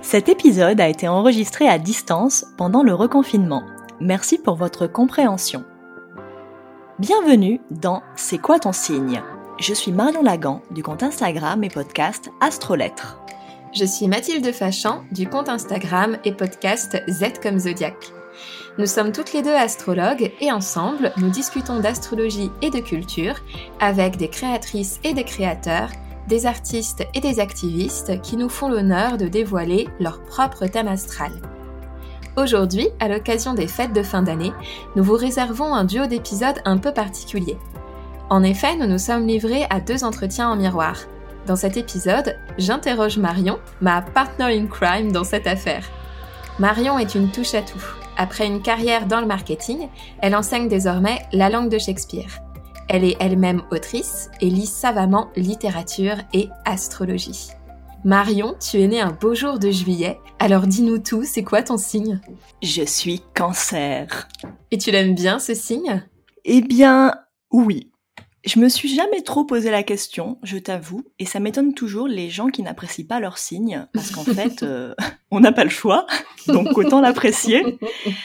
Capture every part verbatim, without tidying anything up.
Cet épisode a été enregistré à distance pendant le reconfinement. Merci pour votre compréhension. Bienvenue dans C'est quoi ton signe ? Je suis Marion Lagan du compte Instagram et podcast Astrolettres. Je suis Mathilde Fachan du compte Instagram et podcast Z comme Zodiac. Nous sommes toutes les deux astrologues et ensemble, nous discutons d'astrologie et de culture avec des créatrices et des créateurs, des artistes et des activistes qui nous font l'honneur de dévoiler leur propre thème astral. Aujourd'hui, à l'occasion des fêtes de fin d'année, nous vous réservons un duo d'épisodes un peu particulier. En effet, nous nous sommes livrés à deux entretiens en miroir. Dans cet épisode, j'interroge Marion, ma partner in crime dans cette affaire. Marion est une touche-à-tout. Après une carrière dans le marketing, elle enseigne désormais la langue de Shakespeare. Elle est elle-même autrice et lit savamment littérature et astrologie. Marion, tu es née un beau jour de juillet, alors dis-nous tout, c'est quoi ton signe ? Je suis Cancer. Et tu l'aimes bien ce signe ? Eh bien, oui. Je me suis jamais trop posé la question, je t'avoue, et ça m'étonne toujours les gens qui n'apprécient pas leur signe, parce qu'en fait, euh, on n'a pas le choix, donc autant l'apprécier.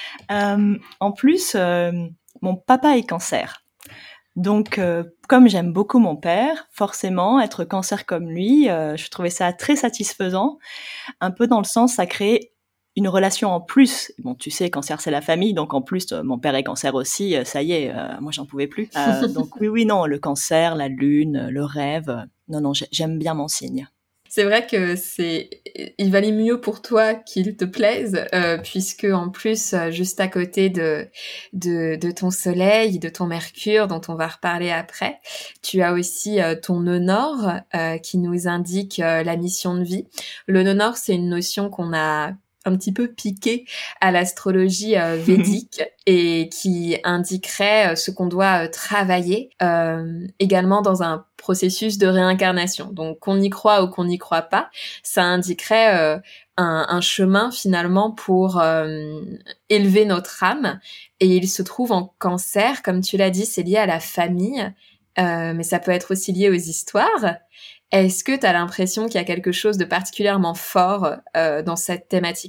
Euh, en plus, euh, mon papa est Cancer. Donc, euh, comme j'aime beaucoup mon père, forcément, être Cancer comme lui, euh, je trouvais ça très satisfaisant, un peu dans le sens, ça crée une relation en plus. Bon, tu sais, Cancer, c'est la famille, donc en plus, euh, mon père est Cancer aussi, euh, ça y est, euh, moi, j'en pouvais plus. Euh, donc oui, oui, non, le Cancer, la lune, le rêve, euh, non, non, j'aime bien mon signe. C'est vrai que c'est, il valait mieux pour toi qu'il te plaise, euh, puisque en plus, juste à côté de, de de ton soleil, de ton Mercure, dont on va reparler après, tu as aussi euh, ton nœud nord euh, qui nous indique euh, la mission de vie. Le nœud nord, c'est une notion qu'on a un petit peu piqué à l'astrologie euh, védique et qui indiquerait euh, ce qu'on doit euh, travailler euh, également dans un processus de réincarnation. Donc qu'on y croit ou qu'on n'y croit pas, ça indiquerait euh, un, un chemin finalement pour euh, élever notre âme. Et il se trouve en Cancer, comme tu l'as dit, c'est lié à la famille, euh, mais ça peut être aussi lié aux histoires. Est-ce que tu as l'impression qu'il y a quelque chose de particulièrement fort euh, dans cette thématique-là ?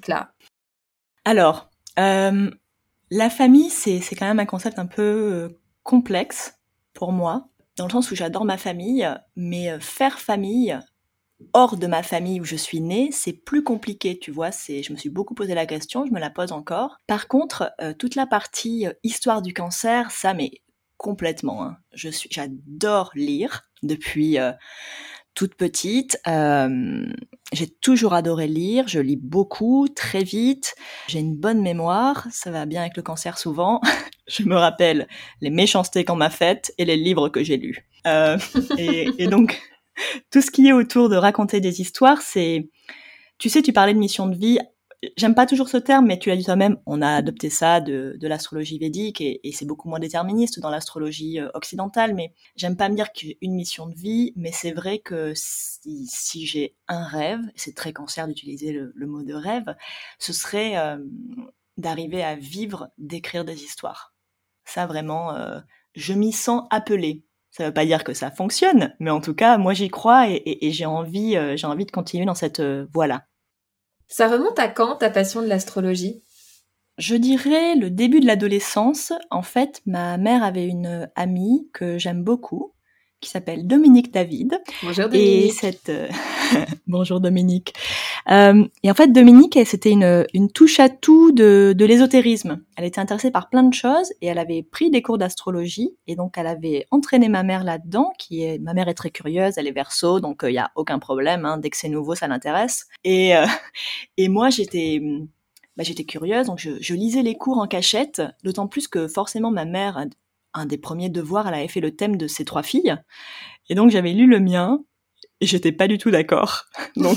Alors, euh, la famille, c'est, c'est quand même un concept un peu euh, complexe pour moi, dans le sens où j'adore ma famille, mais euh, faire famille hors de ma famille où je suis née, c'est plus compliqué, tu vois. C'est, je me suis beaucoup posé la question, je me la pose encore. Par contre, euh, toute la partie euh, histoire du Cancer, ça, mais complètement. Hein. Je suis, j'adore lire depuis... Euh, toute petite, euh, j'ai toujours adoré lire, je lis beaucoup, très vite, j'ai une bonne mémoire, ça va bien avec le Cancer souvent, je me rappelle les méchancetés qu'on m'a faites et les livres que j'ai lus. Euh, et, et donc, tout ce qui est autour de raconter des histoires, c'est... Tu sais, tu parlais de mission de vie, j'aime pas toujours ce terme, mais tu l'as dit toi-même, on a adopté ça de, de l'astrologie védique et, et c'est beaucoup moins déterministe dans l'astrologie occidentale, mais j'aime pas me dire que j'ai une mission de vie, mais c'est vrai que si, si j'ai un rêve, c'est très Cancer d'utiliser le, le mot de rêve, ce serait euh, d'arriver à vivre, d'écrire des histoires. Ça vraiment, euh, je m'y sens appelée. Ça veut pas dire que ça fonctionne, mais en tout cas, moi j'y crois et, et, et j'ai envie, euh, j'ai envie de continuer dans cette euh, voie-là. Ça remonte à quand, ta passion de l'astrologie ? Je dirais le début de l'adolescence. En fait, ma mère avait une amie que j'aime beaucoup, qui s'appelle Dominique David. Bonjour Dominique. Et cette... Bonjour Dominique. Euh, et en fait, Dominique, c'était une, une touche-à-tout de, de l'ésotérisme. Elle était intéressée par plein de choses et elle avait pris des cours d'astrologie. Et donc, elle avait entraîné ma mère là-dedans, qui est... Ma mère est très curieuse, elle est Verseau, donc il euh, n'y a aucun problème. Hein, dès que c'est nouveau, ça l'intéresse. Et, euh, et moi, j'étais... Bah, j'étais curieuse, donc je, je lisais les cours en cachette, d'autant plus que forcément ma mère, un des premiers devoirs, elle avait fait le thème de ses trois filles, et donc j'avais lu le mien, et j'étais pas du tout d'accord. Donc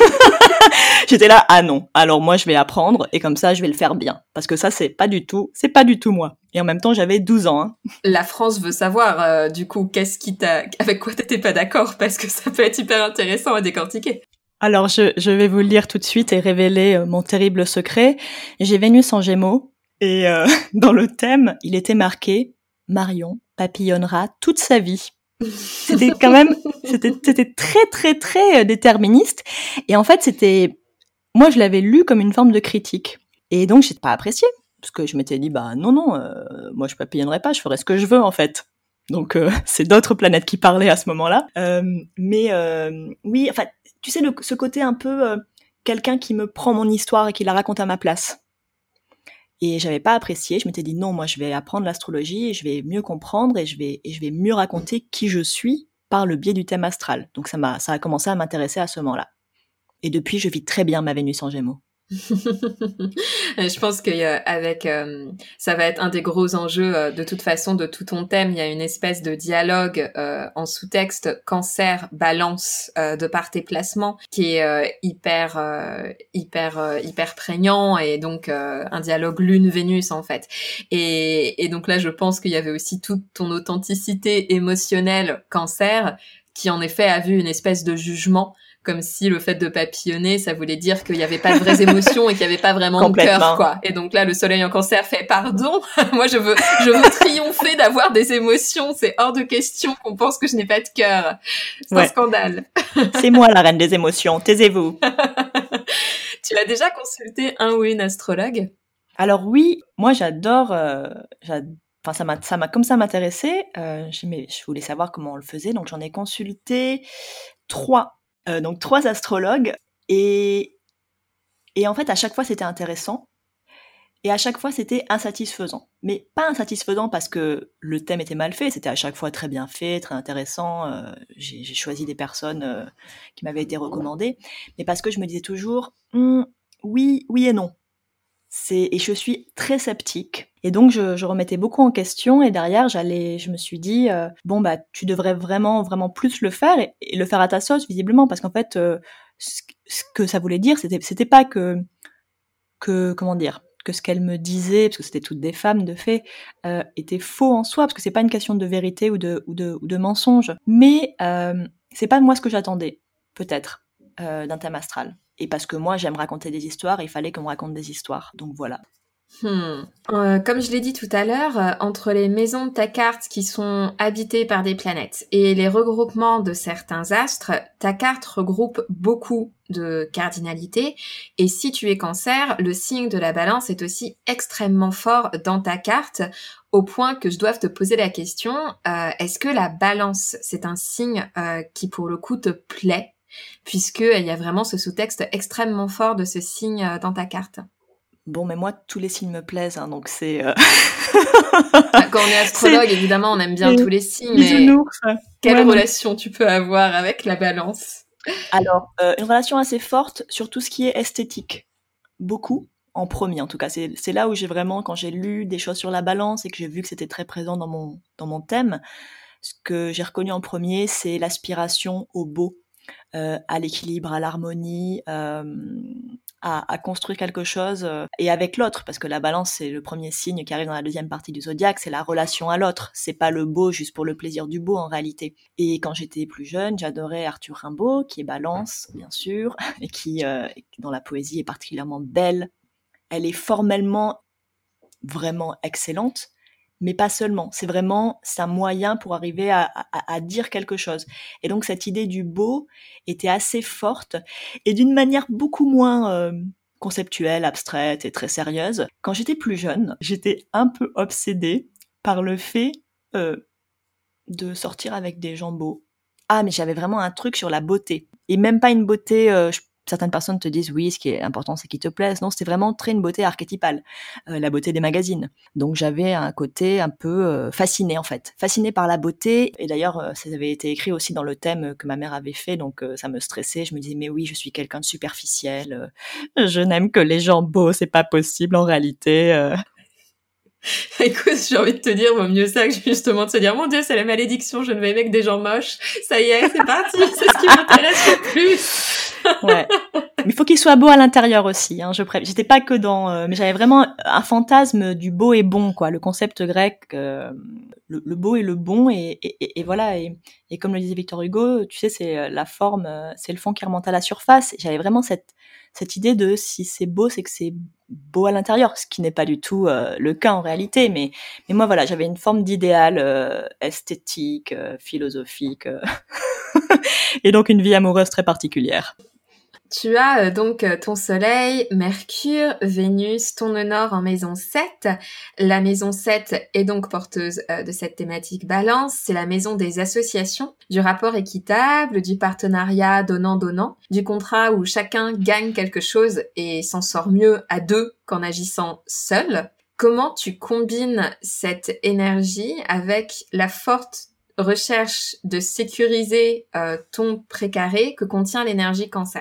j'étais là, ah non, alors moi je vais apprendre, et comme ça je vais le faire bien, parce que ça c'est pas du tout, c'est pas du tout moi. Et en même temps j'avais douze ans. Hein. La France veut savoir, euh, du coup, qu'est-ce qui t'a, avec quoi t'étais pas d'accord, parce que ça peut être hyper intéressant à décortiquer. Alors, je, je vais vous le lire tout de suite et révéler euh, mon terrible secret. J'ai Vénus en Gémeaux et euh, dans le thème, il était marqué « Marion papillonnera toute sa vie ». C'était quand même, c'était, c'était très, très, très déterministe. Et en fait, c'était moi, je l'avais lu comme une forme de critique. Et donc, j'ai pas apprécié. Parce que je m'étais dit, bah non, non, euh, moi, je papillonnerai pas, je ferai ce que je veux, en fait. Donc, euh, c'est d'autres planètes qui parlaient à ce moment-là. Euh, mais euh, oui, enfin, tu sais, le, ce côté un peu euh, quelqu'un qui me prend mon histoire et qui la raconte à ma place. Et j'avais pas apprécié. Je m'étais dit, non, moi, je vais apprendre l'astrologie et je vais mieux comprendre et je vais, et je vais mieux raconter qui je suis par le biais du thème astral. Donc, ça m'a, ça a commencé à m'intéresser à ce moment-là. Et depuis, je vis très bien ma Vénus en Gémeaux. Je pense que euh, avec euh, ça va être un des gros enjeux euh, de toute façon de tout ton thème. Il y a une espèce de dialogue euh, en sous-texte Cancer Balance euh, de par tes placements qui est euh, hyper euh, hyper euh, hyper prégnant et donc euh, un dialogue Lune-Vénus en fait. Et, et donc là, je pense qu'il y avait aussi toute ton authenticité émotionnelle Cancer qui en effet a vu une espèce de jugement. Comme si le fait de papillonner, ça voulait dire qu'il n'y avait pas de vraies émotions et qu'il n'y avait pas vraiment de cœur, quoi. Et donc là, le soleil en Cancer fait pardon. Moi, je veux, je veux triompher d'avoir des émotions. C'est hors de question qu'on pense que je n'ai pas de cœur. C'est ouais. un scandale. C'est moi la reine des émotions. Taisez-vous. Tu as déjà consulté un ou une astrologue? Alors oui, moi j'adore. Euh, j'adore Enfin, ça m'a, ça m'a comme ça m'intéressé. Euh, je voulais savoir comment on le faisait, donc j'en ai consulté trois. Euh, donc trois astrologues et et en fait à chaque fois c'était intéressant et à chaque fois c'était insatisfaisant, mais pas insatisfaisant parce que le thème était mal fait, c'était à chaque fois très bien fait, très intéressant. Euh, j'ai, j'ai choisi des personnes euh, qui m'avaient été recommandées, mais parce que je me disais toujours hm, oui oui et non. C'est, et je suis très sceptique. Et donc, je, je remettais beaucoup en question. Et derrière, j'allais, je me suis dit, euh, bon, bah, tu devrais vraiment, vraiment plus le faire et, et le faire à ta sauce, visiblement. Parce qu'en fait, euh, ce, ce que ça voulait dire, c'était, c'était pas que, que, comment dire, que ce qu'elle me disait, parce que c'était toutes des femmes de fait, euh, était faux en soi, parce que c'est pas une question de vérité ou de, ou de, ou de mensonge. Mais, euh, c'est pas moi ce que j'attendais, peut-être, euh, d'un thème astral. Et parce que moi, j'aime raconter des histoires, et il fallait qu'on me raconte des histoires. Donc voilà. Hmm. Euh, comme je l'ai dit tout à l'heure, euh, entre les maisons de ta carte qui sont habitées par des planètes et les regroupements de certains astres, ta carte regroupe beaucoup de cardinalités. Et si tu es Cancer, le signe de la Balance est aussi extrêmement fort dans ta carte, au point que je dois te poser la question, euh, est-ce que la Balance, c'est un signe euh, qui pour le coup te plaît, puisqu'il y a vraiment ce sous-texte extrêmement fort de ce signe dans ta carte? Bon, mais moi, tous les signes me plaisent, hein, donc c'est... Euh... Quand on est astrologue, c'est... évidemment, on aime bien c'est... tous les signes, mais quelle ouais, relation non. tu peux avoir avec la Balance? Alors, euh, une relation assez forte sur tout ce qui est esthétique. Beaucoup, en premier en tout cas. C'est, c'est là où j'ai vraiment, quand j'ai lu des choses sur la Balance et que j'ai vu que c'était très présent dans mon, dans mon thème, ce que j'ai reconnu en premier, c'est l'aspiration au beau, euh, à l'équilibre, à l'harmonie, euh, à, à construire quelque chose, euh, et avec l'autre, parce que la Balance, c'est le premier signe qui arrive dans la deuxième partie du zodiaque, c'est la relation à l'autre, c'est pas le beau juste pour le plaisir du beau en réalité. Et quand j'étais plus jeune, j'adorais Arthur Rimbaud, qui est Balance, bien sûr, et qui, euh, dont la poésie est particulièrement belle. Elle est formellement vraiment excellente, mais pas seulement. C'est vraiment, c'est un moyen pour arriver à, à, à dire quelque chose. Et donc, cette idée du beau était assez forte et d'une manière beaucoup moins euh, conceptuelle, abstraite et très sérieuse. Quand j'étais plus jeune, j'étais un peu obsédée par le fait euh, de sortir avec des gens beaux. Ah, mais j'avais vraiment un truc sur la beauté. Et même pas une beauté... Euh, je Certaines personnes te disent oui, ce qui est important, c'est qu'ils te plaisent. Non, c'était vraiment très une beauté archétypale, euh, la beauté des magazines. Donc j'avais un côté un peu euh, fasciné en fait, fasciné par la beauté. Et d'ailleurs, euh, ça avait été écrit aussi dans le thème que ma mère avait fait, donc euh, ça me stressait. Je me disais mais oui, je suis quelqu'un de superficiel. Euh, je n'aime que les gens beaux, c'est pas possible en réalité. Euh. Écoute, j'ai envie de te dire, vaut mieux ça que justement de se dire, mon Dieu, c'est la malédiction, je ne vais aimer que des gens moches. Ça y est, c'est parti, c'est ce qui m'intéresse le plus. Ouais. Mais il faut qu'il soit beau à l'intérieur aussi, hein, je pré... J'étais pas que dans... Euh, mais j'avais vraiment un fantasme du beau et bon, quoi. Le concept grec, euh, le, le beau et le bon, et, et, et voilà. Et, et comme le disait Victor Hugo, tu sais, c'est la forme, c'est le fond qui remonte à la surface. Et j'avais vraiment cette, cette idée de si c'est beau, c'est que c'est beau à l'intérieur, ce qui n'est pas du tout euh, le cas en réalité. Mais, mais moi, voilà, j'avais une forme d'idéal euh, esthétique, euh, philosophique, euh... et donc une vie amoureuse très particulière. Tu as euh, donc euh, ton soleil, Mercure, Vénus, ton nœud nord en maison sept. La maison sept est donc porteuse euh, de cette thématique balance. C'est la maison des associations, du rapport équitable, du partenariat donnant-donnant, du contrat où chacun gagne quelque chose et s'en sort mieux à deux qu'en agissant seul. Comment tu combines cette énergie avec la forte recherche de sécuriser euh, ton précaré que contient l'énergie Cancer?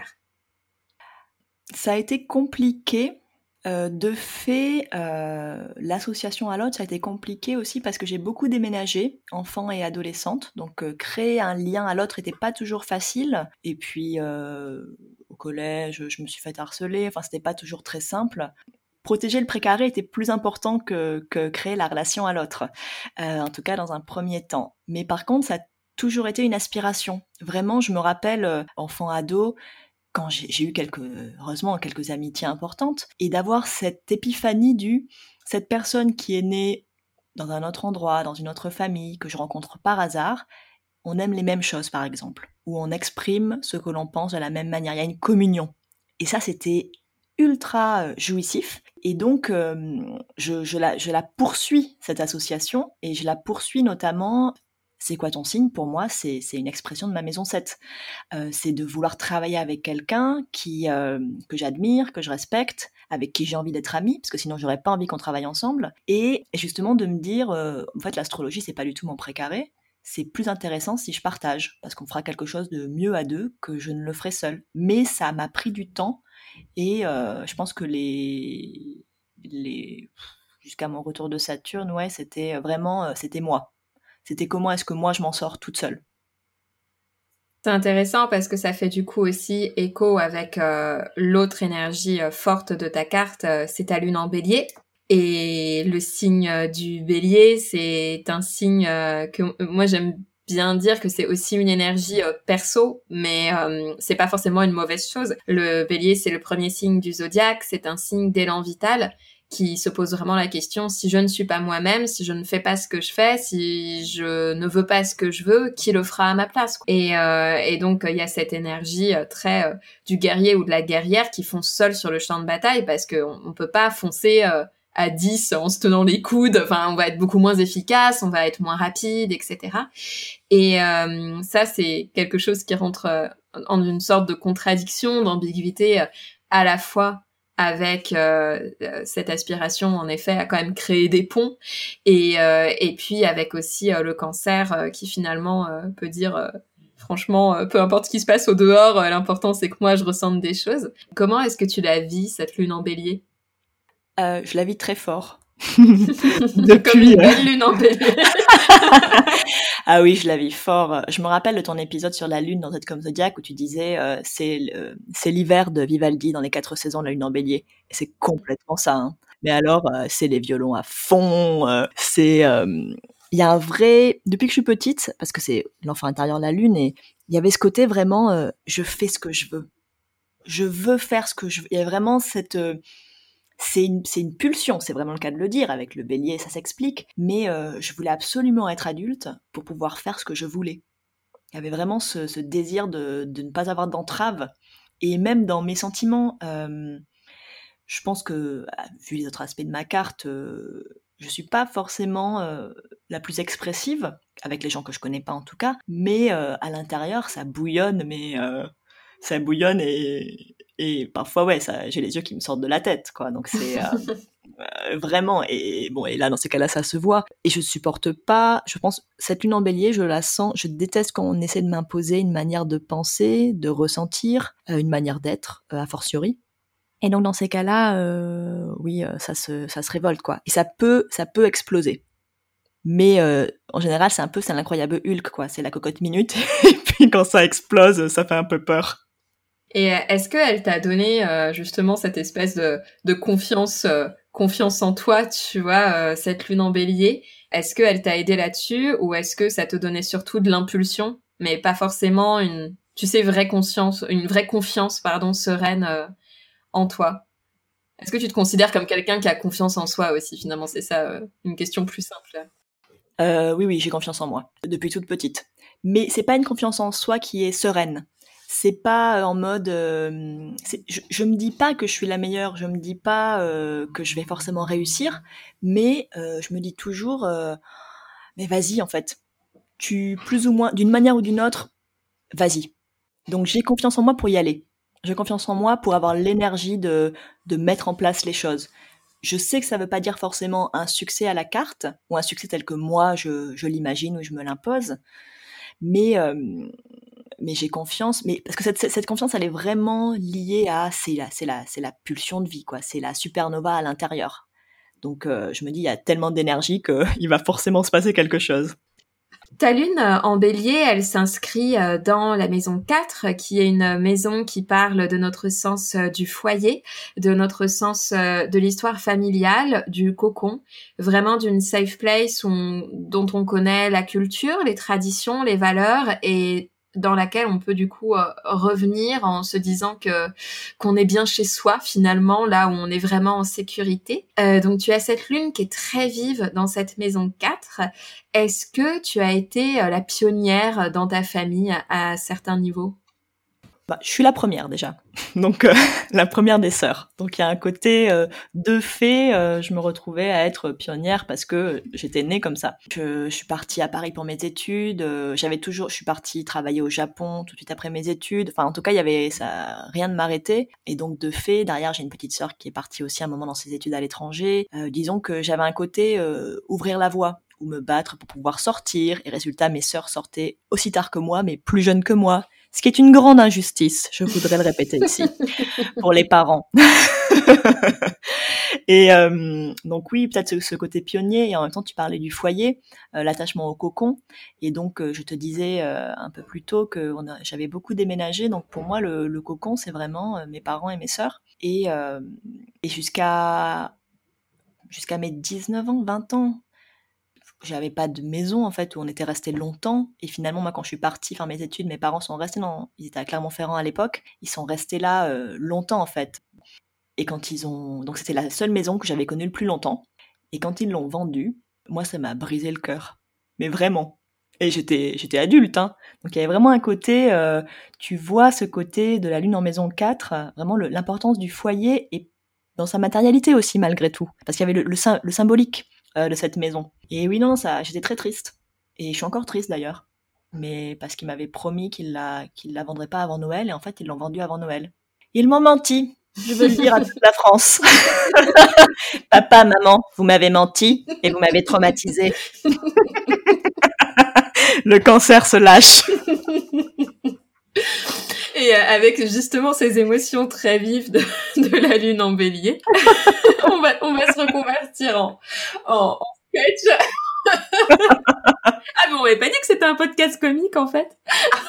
Ça a été compliqué. Euh, de fait, euh, l'association à l'autre, ça a été compliqué aussi parce que j'ai beaucoup déménagé, enfant et adolescente. Donc, euh, créer un lien à l'autre était pas toujours facile. Et puis, euh, au collège, je me suis fait harceler. Enfin, c'était pas toujours très simple. Protéger le précaré était plus important que, que créer la relation à l'autre. Euh, en tout cas, dans un premier temps. Mais par contre, ça a toujours été une aspiration. Vraiment, je me rappelle, euh, enfant, ado, quand j'ai, j'ai eu quelques, heureusement, quelques amitiés importantes, et d'avoir cette épiphanie du, cette personne qui est née dans un autre endroit, dans une autre famille, que je rencontre par hasard, on aime les mêmes choses, par exemple, ou on exprime ce que l'on pense de la même manière, il y a une communion. Et ça, c'était ultra euh, jouissif, et donc euh, je, je, la, je la poursuis, cette association, et je la poursuis notamment. C'est quoi ton signe? Pour moi, c'est, c'est une expression de ma maison sept. Euh, c'est de vouloir travailler avec quelqu'un qui, euh, que j'admire, que je respecte, avec qui j'ai envie d'être amie, parce que sinon j'aurais pas envie qu'on travaille ensemble. Et justement de me dire, euh, en fait, l'astrologie, c'est pas du tout mon précaré. C'est plus intéressant si je partage, parce qu'on fera quelque chose de mieux à deux que je ne le ferai seul. Mais ça m'a pris du temps, et euh, je pense que les, les, jusqu'à mon retour de Saturne, ouais, c'était vraiment, euh, c'était moi. C'était comment est-ce que moi je m'en sors toute seule. C'est intéressant parce que ça fait du coup aussi écho avec euh, l'autre énergie euh, forte de ta carte, euh, c'est ta lune en bélier. Et le signe euh, du bélier, c'est un signe euh, que euh, moi j'aime bien dire que c'est aussi une énergie euh, perso, mais euh, c'est pas forcément une mauvaise chose. Le bélier, c'est le premier signe du zodiaque, c'est un signe d'élan vital qui se pose vraiment la question, si je ne suis pas moi-même, si je ne fais pas ce que je fais, si je ne veux pas ce que je veux, qui le fera à ma place? Et, euh, et donc, il y a cette énergie euh, très euh, du guerrier ou de la guerrière qui fonce seul sur le champ de bataille parce qu'on on peut pas foncer euh, à dix en se tenant les coudes. Enfin, on va être beaucoup moins efficace, on va être moins rapide, et cetera. Et euh, ça, c'est quelque chose qui rentre euh, en une sorte de contradiction, d'ambiguïté euh, à la fois avec euh, cette aspiration en effet à quand même créer des ponts et euh, et puis avec aussi euh, le cancer euh, qui finalement euh, peut dire euh, franchement euh, peu importe ce qui se passe au dehors, euh, l'important c'est que moi je ressente des choses. Comment est-ce que tu la vis cette lune en bélier? Euh, je la vis très fort. Depuis... Comme une belle lune en bélier. Ah oui, je la vis fort. Je me rappelle de ton épisode sur la lune dans cette comme Zodiac où tu disais euh, c'est, euh, c'est l'hiver de Vivaldi dans les quatre saisons de la lune en bélier. Et c'est complètement ça. Hein. Mais alors, euh, c'est les violons à fond. Euh, c'est, il euh, y a un vrai. Depuis que je suis petite, parce que c'est l'enfant intérieur de la lune, et il y avait ce côté vraiment, euh, je fais ce que je veux. Je veux faire ce que je veux. Il y a vraiment cette euh, C'est une, c'est une pulsion, c'est vraiment le cas de le dire, avec le bélier ça s'explique, mais euh, je voulais absolument être adulte pour pouvoir faire ce que je voulais. Il y avait vraiment ce, ce désir de, de ne pas avoir d'entrave, et même dans mes sentiments, euh, je pense que, vu les autres aspects de ma carte, euh, je suis pas forcément euh, la plus expressive, avec les gens que je connais pas en tout cas, mais euh, à l'intérieur ça bouillonne, mais... Euh, ça bouillonne et, et parfois ouais ça j'ai les yeux qui me sortent de la tête quoi donc c'est euh, euh, vraiment et bon et là dans ces cas-là ça se voit et je supporte pas je pense cette lune en bélier je la sens je déteste quand on essaie de m'imposer une manière de penser de ressentir euh, une manière d'être euh, a fortiori et donc dans ces cas-là euh, oui euh, ça se ça se révolte quoi et ça peut ça peut exploser mais euh, en général c'est un peu c'est l'incroyable Hulk quoi c'est la cocotte minute et puis quand ça explose ça fait un peu peur. Et est-ce qu'elle t'a donné euh, justement cette espèce de, de confiance, euh, confiance en toi, tu vois, euh, cette lune en bélier? Est-ce qu'elle t'a aidé là-dessus ou est-ce que ça te donnait surtout de l'impulsion, mais pas forcément une, tu sais, vraie conscience, une vraie confiance, pardon, sereine euh, en toi? Est-ce que tu te considères comme quelqu'un qui a confiance en soi aussi? Finalement, c'est ça, euh, une question plus simple. Euh, oui, oui, j'ai confiance en moi depuis toute petite. Mais c'est pas une confiance en soi qui est sereine. c'est pas en mode, euh, c'est, je, je me dis pas que je suis la meilleure, je me dis pas euh, que je vais forcément réussir, mais euh, je me dis toujours, euh, mais vas-y en fait, tu plus ou moins, d'une manière ou d'une autre, vas-y. Donc j'ai confiance en moi pour y aller. J'ai confiance en moi pour avoir l'énergie de de mettre en place les choses. Je sais que ça veut pas dire forcément un succès à la carte ou un succès tel que moi je, je l'imagine ou je me l'impose, mais euh, mais j'ai confiance. Mais parce que cette, cette confiance, elle est vraiment liée à c'est la c'est la c'est la pulsion de vie quoi. C'est la supernova à l'intérieur. Donc euh, je me dis il y a tellement d'énergie que il va forcément se passer quelque chose. Ta lune euh, en bélier, elle s'inscrit euh, dans la maison quatre, qui est une maison qui parle de notre sens euh, du foyer, de notre sens euh, de l'histoire familiale, du cocon, vraiment d'une safe place où on- dont on connaît la culture, les traditions, les valeurs et dans laquelle on peut du coup euh, revenir en se disant que qu'on est bien chez soi finalement, là où on est vraiment en sécurité. Euh, donc tu as cette lune qui est très vive dans cette maison quatre. Est-ce que tu as été euh, la pionnière dans ta famille à, à certains niveaux? Bah, je suis la première déjà, donc euh, la première des sœurs. Donc il y a un côté euh, de fait, euh, je me retrouvais à être pionnière parce que j'étais née comme ça. Je, je suis partie à Paris pour mes études. euh, j'avais toujours, je suis partie travailler au Japon tout de suite après mes études. Enfin en tout cas il y avait ça, rien ne m'arrêtait. Et donc de fait, derrière j'ai une petite sœur qui est partie aussi un moment dans ses études à l'étranger. Euh, disons que j'avais un côté euh, ouvrir la voie ou me battre pour pouvoir sortir. Et résultat, mes sœurs sortaient aussi tard que moi, mais plus jeunes que moi. Ce qui est une grande injustice, je voudrais le répéter ici, pour les parents. Et euh, donc oui, peut-être ce, ce côté pionnier, et en même temps tu parlais du foyer, euh, l'attachement au cocon, et donc euh, je te disais euh, un peu plus tôt que on a, j'avais beaucoup déménagé, donc pour moi le, le cocon c'est vraiment euh, mes parents et mes sœurs, et, euh, et jusqu'à jusqu'à mes dix-neuf ans, vingt ans, j'avais pas de maison en fait où on était resté longtemps, et finalement moi quand je suis partie faire mes études, mes parents sont restés dans, ils étaient à Clermont-Ferrand à l'époque, ils sont restés là euh, longtemps en fait. Et quand ils ont, donc c'était la seule maison que j'avais connue le plus longtemps, et quand ils l'ont vendue, moi ça m'a brisé le cœur, mais vraiment. Et j'étais j'étais adulte, hein. Donc il y avait vraiment un côté, euh, tu vois ce côté de la lune en maison quatre, euh, vraiment le- l'importance du foyer et dans sa matérialité aussi malgré tout, parce qu'il y avait le, le, sym- le symbolique euh, de cette maison. Et oui non, ça, j'étais très triste, et je suis encore triste d'ailleurs, mais parce qu'ils m'avaient promis qu'ils la qu'ils la vendraient pas avant Noël, et en fait ils l'ont vendue avant Noël. Ils m'ont menti. Je veux le dire à toute la France. Papa, maman, vous m'avez menti et vous m'avez traumatisé. Le cancer se lâche. Et euh, avec justement ces émotions très vives de, de la lune en bélier, on va, on va se reconvertir en, en, en sketch. Ah mais on m'avait pas dit que c'était un podcast comique en fait.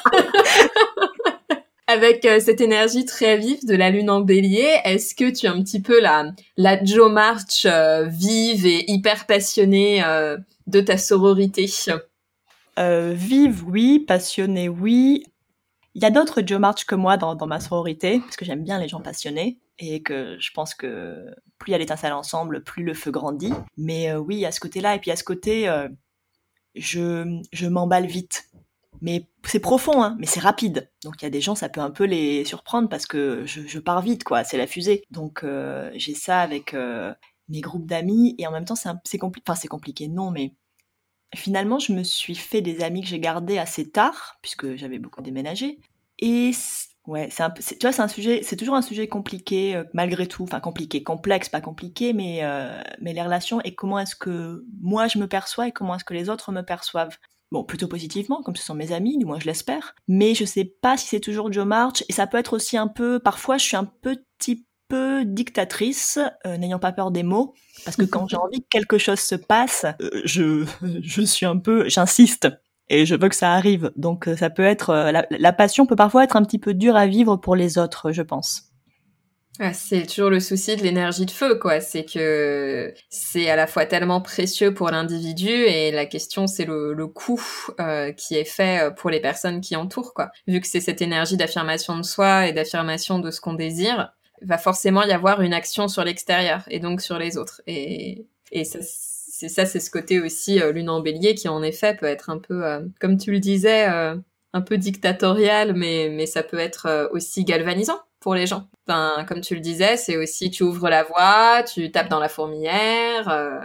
Avec euh, cette énergie très vive de la lune en bélier, est-ce que tu es un petit peu la, la Jo March euh, vive et hyper passionnée euh, de ta sororité? Euh, vive, oui. Passionnée, oui. Il y a d'autres Jo March que moi dans, dans ma sororité, parce que j'aime bien les gens passionnés, et que je pense que plus il y a l'étincelle ensemble, plus le feu grandit. Mais euh, oui, il y a ce côté-là, et puis il y a ce côté, euh, je, je m'emballe vite. Mais c'est profond, hein, mais c'est rapide. Donc il y a des gens, ça peut un peu les surprendre parce que je, je pars vite, quoi. C'est la fusée. Donc euh, j'ai ça avec euh, mes groupes d'amis, et en même temps c'est, un- c'est compliqué. Enfin c'est compliqué, non, mais finalement je me suis fait des amis que j'ai gardés assez tard puisque j'avais beaucoup déménagé. Et c- ouais, c'est un peu, c'est- tu vois, c'est un sujet, c'est toujours un sujet compliqué euh, malgré tout. Enfin compliqué, complexe, pas compliqué, mais euh, mais les relations et comment est-ce que moi je me perçois et comment est-ce que les autres me perçoivent. Bon, plutôt positivement, comme ce sont mes amis, du moins je l'espère. Mais je sais pas si c'est toujours Jo March, et ça peut être aussi un peu, parfois je suis un petit peu dictatrice, euh, n'ayant pas peur des mots, parce que quand j'ai envie que quelque chose se passe, euh, je, je suis un peu, j'insiste, et je veux que ça arrive. Donc euh, ça peut être, euh, la, la passion peut parfois être un petit peu dure à vivre pour les autres, je pense. Ah, c'est toujours le souci de l'énergie de feu, quoi. C'est que c'est à la fois tellement précieux pour l'individu et la question, c'est le, le coût euh, qui est fait pour les personnes qui entourent, quoi. Vu que c'est cette énergie d'affirmation de soi et d'affirmation de ce qu'on désire, va forcément y avoir une action sur l'extérieur et donc sur les autres. Et, et ça, c'est ça, c'est ce côté aussi euh, lune en bélier qui, en effet, peut être un peu, euh, comme tu le disais, euh, un peu dictatorial, mais, mais ça peut être aussi galvanisant pour les gens. Enfin, comme tu le disais, c'est aussi, tu ouvres la voie, tu tapes dans la fourmilière. Euh...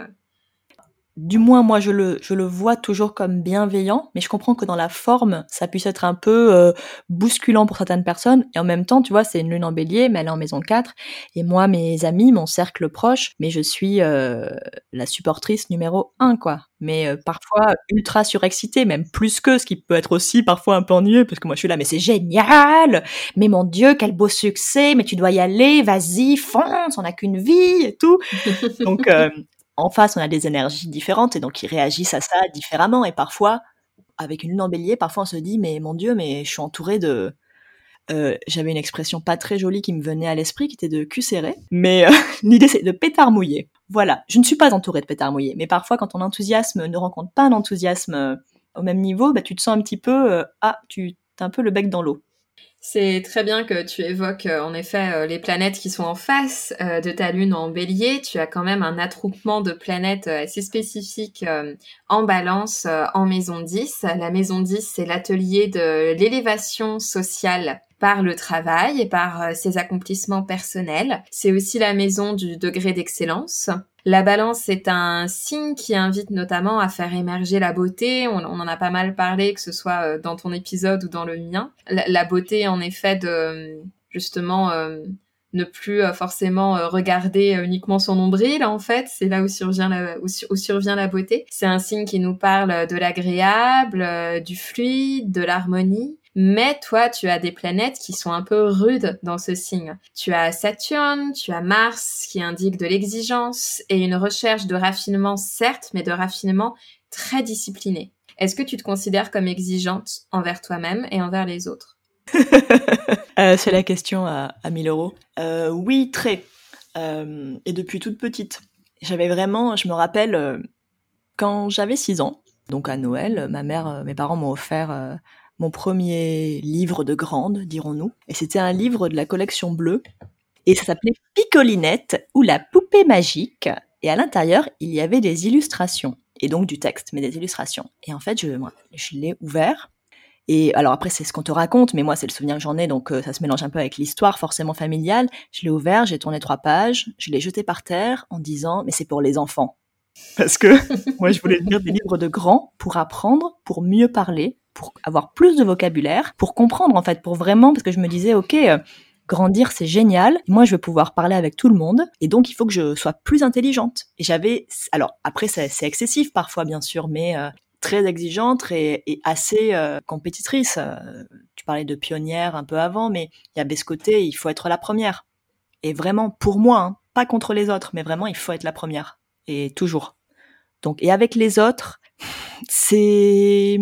Du moins, moi, je le, je le vois toujours comme bienveillant, mais je comprends que dans la forme, ça puisse être un peu euh, bousculant pour certaines personnes. Et en même temps, tu vois, c'est une lune en bélier, mais elle est en maison quatre. Et moi, mes amis, mon cercle proche, mais je suis euh, la supportrice numéro un, quoi. Mais euh, parfois ultra surexcitée, même plus que, ce qui peut être aussi parfois un peu ennuyeux, parce que moi, je suis là, mais c'est génial! Mais mon Dieu, quel beau succès! Mais tu dois y aller, vas-y, fonce, on n'a qu'une vie, et tout. Donc... Euh, en face, on a des énergies différentes et donc ils réagissent à ça différemment. Et parfois, avec une lune en bélier, parfois on se dit, mais mon Dieu, mais je suis entourée de... Euh, j'avais une expression pas très jolie qui me venait à l'esprit, qui était de cul serré. Mais euh, l'idée, c'est de pétard mouillé. Voilà, je ne suis pas entourée de pétard mouillé. Mais parfois, quand ton enthousiasme ne rencontre pas un enthousiasme euh, au même niveau, bah, tu te sens un petit peu... Euh, ah, tu as un peu le bec dans l'eau. C'est très bien que tu évoques euh, en effet euh, les planètes qui sont en face euh, de ta lune en bélier. Tu as quand même un attroupement de planètes euh, assez spécifique euh, en balance euh, en maison dix. La maison dix, c'est l'atelier de l'élévation sociale par le travail et par euh, ses accomplissements personnels. C'est aussi la maison du degré d'excellence. La balance est un signe qui invite notamment à faire émerger la beauté. On, on en a pas mal parlé, que ce soit dans ton épisode ou dans le mien. La, la beauté, en effet, de justement euh, ne plus forcément regarder uniquement son nombril, en fait. C'est là où survient la, où, où survient la beauté. C'est un signe qui nous parle de l'agréable, du fluide, de l'harmonie. Mais toi, tu as des planètes qui sont un peu rudes dans ce signe. Tu as Saturne, tu as Mars qui indique de l'exigence et une recherche de raffinement, certes, mais de raffinement très discipliné. Est-ce que tu te considères comme exigeante envers toi-même et envers les autres? euh, C'est la question à, à mille euros. Euh, oui, très. Euh, et depuis toute petite. J'avais vraiment, je me rappelle, euh, quand j'avais six ans, donc à Noël, ma mère, euh, mes parents m'ont offert... Euh, mon premier livre de grande, dirons-nous. Et c'était un livre de la collection bleue. Et ça s'appelait Picolinette ou la poupée magique. Et à l'intérieur, il y avait des illustrations. Et donc du texte, mais des illustrations. Et en fait, je, moi, je l'ai ouvert. Et alors après, c'est ce qu'on te raconte, mais moi, c'est le souvenir que j'en ai, donc euh, ça se mélange un peu avec l'histoire forcément familiale. Je l'ai ouvert, j'ai tourné trois pages, je l'ai jeté par terre en disant « mais c'est pour les enfants ». Parce que moi, je voulais lire des livres de grands pour apprendre, pour mieux parler, pour avoir plus de vocabulaire, pour comprendre en fait, pour vraiment, parce que je me disais, ok, euh, grandir c'est génial, moi je veux pouvoir parler avec tout le monde, et donc il faut que je sois plus intelligente. Et j'avais, alors après c'est, c'est excessif parfois bien sûr, mais euh, très exigeante et, et assez euh, compétitrice. Euh, tu parlais de pionnière un peu avant, mais il y avait ce côté, il faut être la première. Et vraiment, pour moi, hein, pas contre les autres, mais vraiment il faut être la première. Et toujours. Donc, et avec les autres, c'est...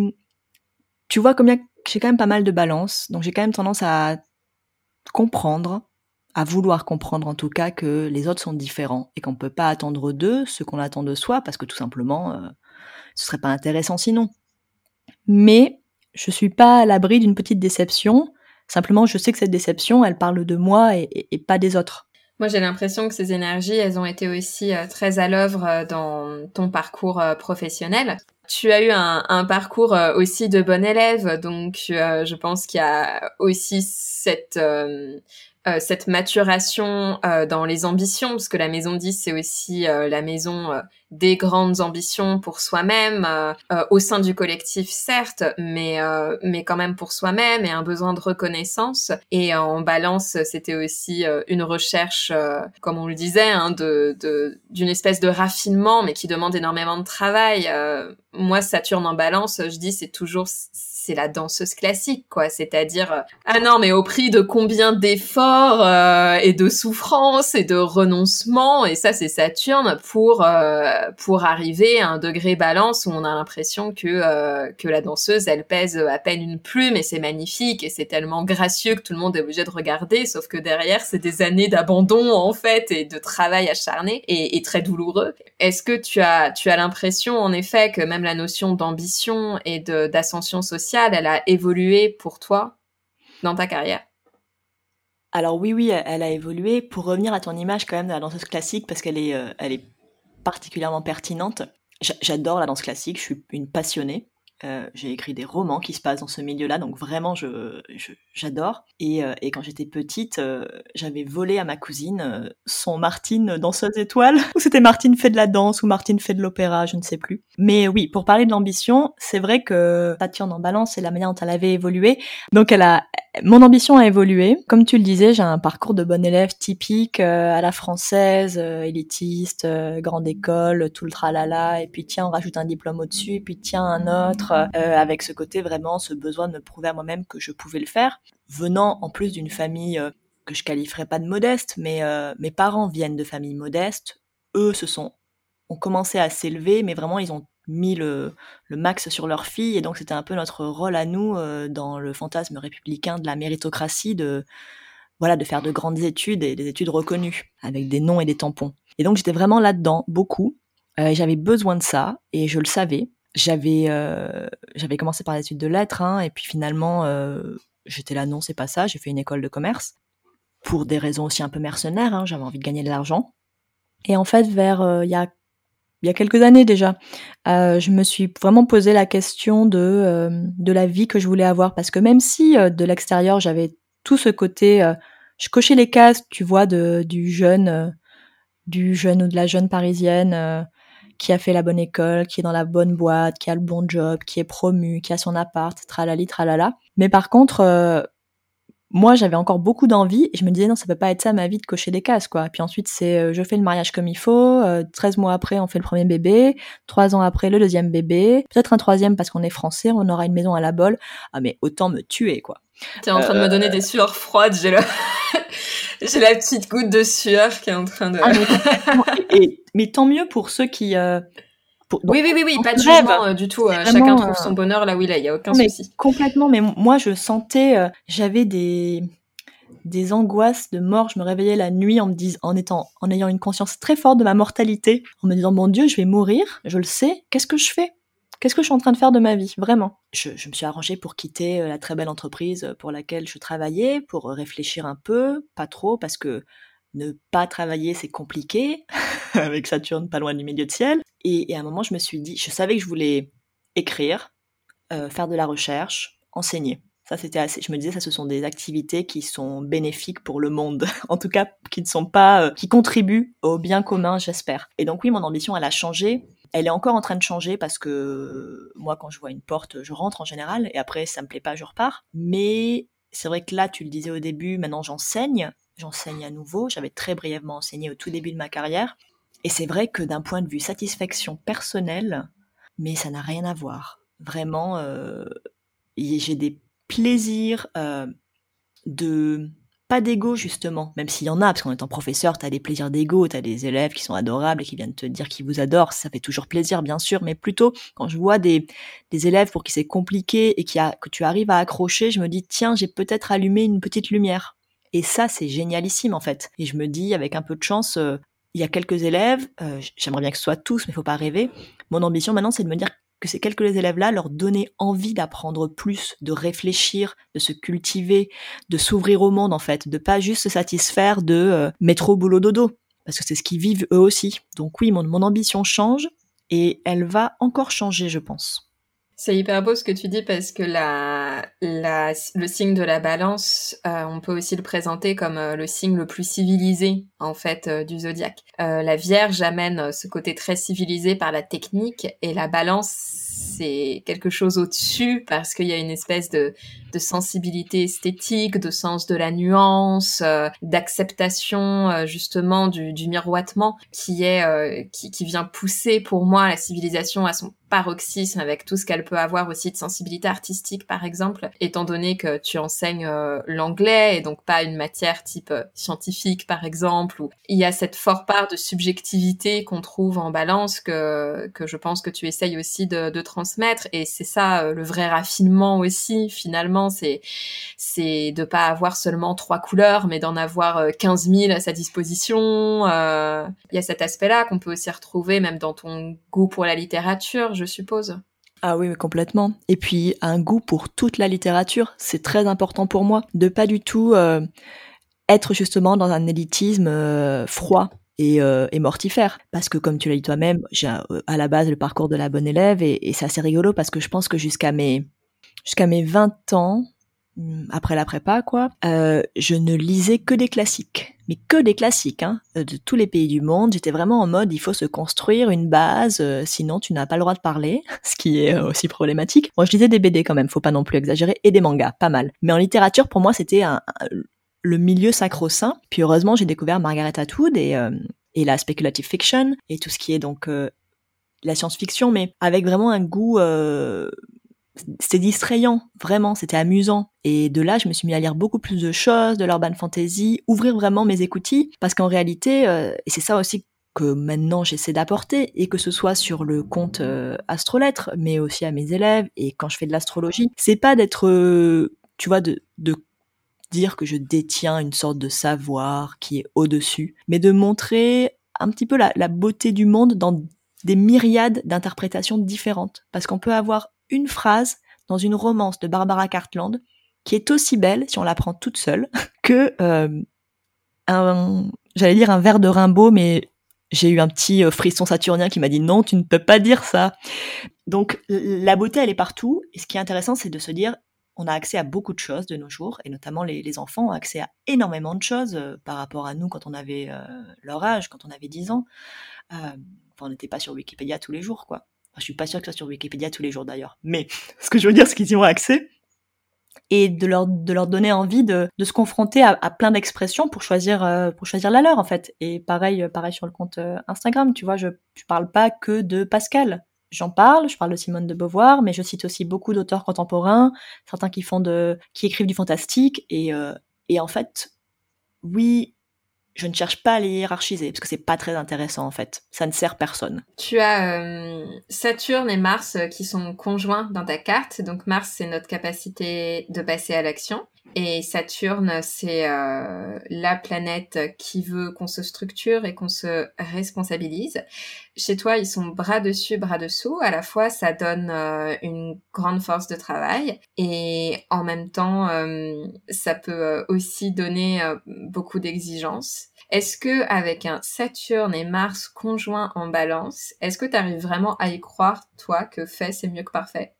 Tu vois combien j'ai quand même pas mal de balance, donc j'ai quand même tendance à comprendre, à vouloir comprendre en tout cas que les autres sont différents et qu'on ne peut pas attendre d'eux ce qu'on attend de soi parce que tout simplement, euh, ce serait pas intéressant sinon. Mais je suis pas à l'abri d'une petite déception, simplement je sais que cette déception, elle parle de moi et, et, et pas des autres. Moi, j'ai l'impression que ces énergies, elles ont été aussi euh, très à l'œuvre euh, dans ton parcours euh, professionnel. Tu as eu un, un parcours euh, aussi de bon élève, donc euh, je pense qu'il y a aussi cette... Euh, Euh, cette maturation euh, dans les ambitions, parce que la maison dix, c'est aussi euh, la maison euh, des grandes ambitions pour soi-même, euh, euh, au sein du collectif, certes, mais, euh, mais quand même pour soi-même, et un besoin de reconnaissance. Et euh, en balance, c'était aussi euh, une recherche, euh, comme on le disait, hein, de, de, d'une espèce de raffinement, mais qui demande énormément de travail. Euh, moi, Saturne en balance, je dis, c'est toujours... c'est la danseuse classique, quoi. C'est-à-dire, euh, ah non, mais au prix de combien d'efforts euh, et de souffrances et de renoncements, et ça, c'est Saturne, pour euh, pour arriver à un degré balance où on a l'impression que euh, que la danseuse, elle pèse à peine une plume, et c'est magnifique, et c'est tellement gracieux que tout le monde est obligé de regarder, sauf que derrière, c'est des années d'abandon, en fait, et de travail acharné, et, et très douloureux. Est-ce que tu as tu as l'impression, en effet, que même la notion d'ambition et de d'ascension sociale, elle a évolué pour toi dans ta carrière? Alors oui, oui, elle a évolué. Pour revenir à ton image quand même de la danseuse classique, parce qu'elle est, euh, elle est particulièrement pertinente. J'adore la danse classique, je suis une passionnée. Euh, j'ai écrit des romans qui se passent dans ce milieu-là, donc vraiment, je, je j'adore. Et, euh, et quand j'étais petite, euh, j'avais volé à ma cousine euh, son Martine danseuse étoile, ou c'était Martine fait de la danse, ou Martine fait de l'opéra, je ne sais plus. Mais oui, pour parler de l'ambition, c'est vrai que Tatiana en balance, c'est la manière dont elle avait évolué. Donc elle a, mon ambition a évolué. Comme tu le disais, j'ai un parcours de bon élève typique, euh, à la française, euh, élitiste, euh, grande école, tout le tralala, et puis tiens, on rajoute un diplôme au-dessus, et puis tiens, un autre, euh, avec ce côté vraiment, ce besoin de me prouver à moi-même que je pouvais le faire, venant en plus d'une famille euh, que je qualifierais pas de modeste, mais euh, mes parents viennent de familles modestes, eux se sont, ont commencé à s'élever, mais vraiment ils ont mis le, le max sur leur fille, et donc c'était un peu notre rôle à nous euh, dans le fantasme républicain de la méritocratie, de voilà, de faire de grandes études et des études reconnues, avec des noms et des tampons. Et donc j'étais vraiment là-dedans, beaucoup, euh, j'avais besoin de ça, et je le savais. J'avais, euh, j'avais commencé par l'étude de lettres, hein, et puis finalement, euh, j'étais là, non, c'est pas ça, j'ai fait une école de commerce, pour des raisons aussi un peu mercenaires, hein, j'avais envie de gagner de l'argent. Et en fait, vers, il euh, y a il y a quelques années déjà, euh, je me suis vraiment posé la question de euh, de la vie que je voulais avoir, parce que même si euh, de l'extérieur j'avais tout ce côté, euh, je cochais les cases, tu vois, de du jeune, euh, du jeune ou de la jeune parisienne euh, qui a fait la bonne école, qui est dans la bonne boîte, qui a le bon job, qui est promu, qui a son appart, tralali tralala. Mais par contre, euh, moi, j'avais encore beaucoup d'envie et je me disais non, ça peut pas être ça ma vie de cocher des cases, quoi. Puis ensuite, c'est euh, je fais le mariage comme il faut, euh, treize mois après, on fait le premier bébé, trois ans après, le deuxième bébé, peut-être un troisième parce qu'on est français, on aura une maison à la Bolle. Ah, mais autant me tuer, quoi. T'es en train euh... de me donner des sueurs froides, j'ai le... j'ai la petite goutte de sueur qui est en train de... Ah, mais, et, et, mais tant mieux pour ceux qui... Euh, Pour, donc, oui, oui, oui, oui, pas de jugement euh, du tout. Euh, vraiment, chacun trouve son bonheur là où il est, il y a aucun non, mais souci. Complètement, mais moi je sentais, euh, j'avais des des angoisses de mort. Je me réveillais la nuit en me disant, en étant, en ayant une conscience très forte de ma mortalité, en me disant mon Dieu, je vais mourir, je le sais. Qu'est-ce que je fais ? Qu'est-ce que je suis en train de faire de ma vie, vraiment ? Je, je me suis arrangée pour quitter la très belle entreprise pour laquelle je travaillais, pour réfléchir un peu, pas trop, parce que ne pas travailler, c'est compliqué, avec Saturne pas loin du milieu de ciel. Et, et à un moment, je me suis dit, je savais que je voulais écrire, euh, faire de la recherche, enseigner. Ça, c'était assez, je me disais, ça, ce sont des activités qui sont bénéfiques pour le monde. En tout cas, qui ne sont pas, euh, qui contribuent au bien commun, j'espère. Et donc oui, mon ambition, elle a changé. Elle est encore en train de changer parce que moi, quand je vois une porte, je rentre en général, et après, ça me plaît pas, je repars. Mais c'est vrai que là, tu le disais au début, maintenant j'enseigne. J'enseigne à nouveau. J'avais très brièvement enseigné au tout début de ma carrière. Et c'est vrai que d'un point de vue satisfaction personnelle, mais ça n'a rien à voir. Vraiment, euh, j'ai des plaisirs euh, de... pas d'ego, justement, même s'il y en a, parce qu'en étant professeur, t'as des plaisirs d'ego, t'as des élèves qui sont adorables et qui viennent te dire qu'ils vous adorent, ça fait toujours plaisir, bien sûr, mais plutôt, quand je vois des, des élèves pour qui c'est compliqué et qui a, que tu arrives à accrocher, je me dis, tiens, j'ai peut-être allumé une petite lumière. Et ça, c'est génialissime, en fait. Et je me dis, avec un peu de chance... Euh, il y a quelques élèves, euh, j'aimerais bien que ce soit tous, mais il faut pas rêver. Mon ambition maintenant, c'est de me dire que ces quelques élèves-là, leur donner envie d'apprendre plus, de réfléchir, de se cultiver, de s'ouvrir au monde, en fait, de pas juste se satisfaire de euh, métro, boulot, dodo, parce que c'est ce qu'ils vivent eux aussi. Donc oui, mon, mon ambition change, et elle va encore changer, je pense. C'est hyper beau ce que tu dis parce que la, la, le signe de la balance, euh, on peut aussi le présenter comme euh, le signe le plus civilisé en fait euh, du zodiaque. Euh, la Vierge amène ce côté très civilisé par la technique et la balance c'est quelque chose au-dessus parce qu'il y a une espèce de, de sensibilité esthétique, de sens de la nuance, euh, d'acceptation euh, justement du, du miroitement qui est euh, qui, qui vient pousser pour moi la civilisation à son paroxysme avec tout ce qu'elle peut avoir aussi de sensibilité artistique par exemple, étant donné que tu enseignes euh, l'anglais et donc pas une matière type euh, scientifique par exemple, où il y a cette forte part de subjectivité qu'on trouve en balance que que je pense que tu essayes aussi de, de transmettre et c'est ça euh, le vrai raffinement aussi finalement, c'est c'est de pas avoir seulement trois couleurs mais d'en avoir euh, quinze mille à sa disposition. Euh, il y a cet aspect-là qu'on peut aussi retrouver même dans ton goût pour la littérature, je suppose. Ah oui, complètement. Et puis, un goût pour toute la littérature, c'est très important pour moi. De pas du tout euh, être justement dans un élitisme euh, froid et, euh, et mortifère. Parce que comme tu l'as dit toi-même, j'ai euh, à la base le parcours de la bonne élève et, et c'est assez rigolo parce que je pense que jusqu'à mes, jusqu'à mes vingt ans, après la prépa, quoi, euh, je ne lisais que des classiques. Mais que des classiques, hein, de tous les pays du monde. J'étais vraiment en mode, il faut se construire une base, euh, sinon tu n'as pas le droit de parler, ce qui est aussi problématique. Moi, je lisais des B D quand même, faut pas non plus exagérer, et des mangas, pas mal. Mais en littérature, pour moi, c'était un, un, le milieu sacro-saint. Puis heureusement, j'ai découvert Margaret Atwood et, euh, et la speculative fiction, et tout ce qui est donc euh, la science-fiction, mais avec vraiment un goût... Euh, c'était distrayant, vraiment, c'était amusant. Et de là, je me suis mis à lire beaucoup plus de choses, de l'urban fantasy, ouvrir vraiment mes écoutilles, parce qu'en réalité, euh, et c'est ça aussi que maintenant j'essaie d'apporter, et que ce soit sur le compte euh, Astrolettres, mais aussi à mes élèves, et quand je fais de l'astrologie, c'est pas d'être, euh, tu vois, de, de dire que je détiens une sorte de savoir qui est au-dessus, mais de montrer un petit peu la, la beauté du monde dans des myriades d'interprétations différentes. Parce qu'on peut avoir une phrase dans une romance de Barbara Cartland qui est aussi belle, si on la prend toute seule, que euh, un, j'allais dire un vers de Rimbaud, mais j'ai eu un petit frisson saturnien qui m'a dit non, tu ne peux pas dire ça. Donc la beauté, elle est partout. Et ce qui est intéressant, c'est de se dire, on a accès à beaucoup de choses de nos jours, et notamment les, les enfants ont accès à énormément de choses euh, par rapport à nous quand on avait euh, leur âge, quand on avait dix ans. Euh, enfin, on n'était pas sur Wikipédia tous les jours, quoi. Enfin, je suis pas sûre que ce soit sur Wikipédia tous les jours d'ailleurs. Mais ce que je veux dire, c'est qu'ils y ont accès. Et de leur, de leur donner envie de, de se confronter à, à plein d'expressions pour choisir, euh, pour choisir la leur, en fait. Et pareil, pareil sur le compte euh, Instagram, tu vois, je, je parle pas que de Pascal. J'en parle, je parle de Simone de Beauvoir, mais je cite aussi beaucoup d'auteurs contemporains, certains qui font de, qui écrivent du fantastique, et, euh, et en fait, oui, je ne cherche pas à les hiérarchiser, parce que c'est pas très intéressant, en fait. Ça ne sert personne. Tu as euh, Saturne et Mars qui sont conjoints dans ta carte. Donc Mars, c'est notre capacité de passer à l'action. Et Saturne, c'est euh, la planète qui veut qu'on se structure et qu'on se responsabilise. Chez toi, ils sont bras dessus, bras dessous. À la fois, ça donne euh, une grande force de travail et en même temps, euh, ça peut aussi donner euh, beaucoup d'exigences. Est-ce que avec un Saturne et Mars conjoints en balance, est-ce que tu arrives vraiment à y croire, toi, que fait, c'est mieux que parfait?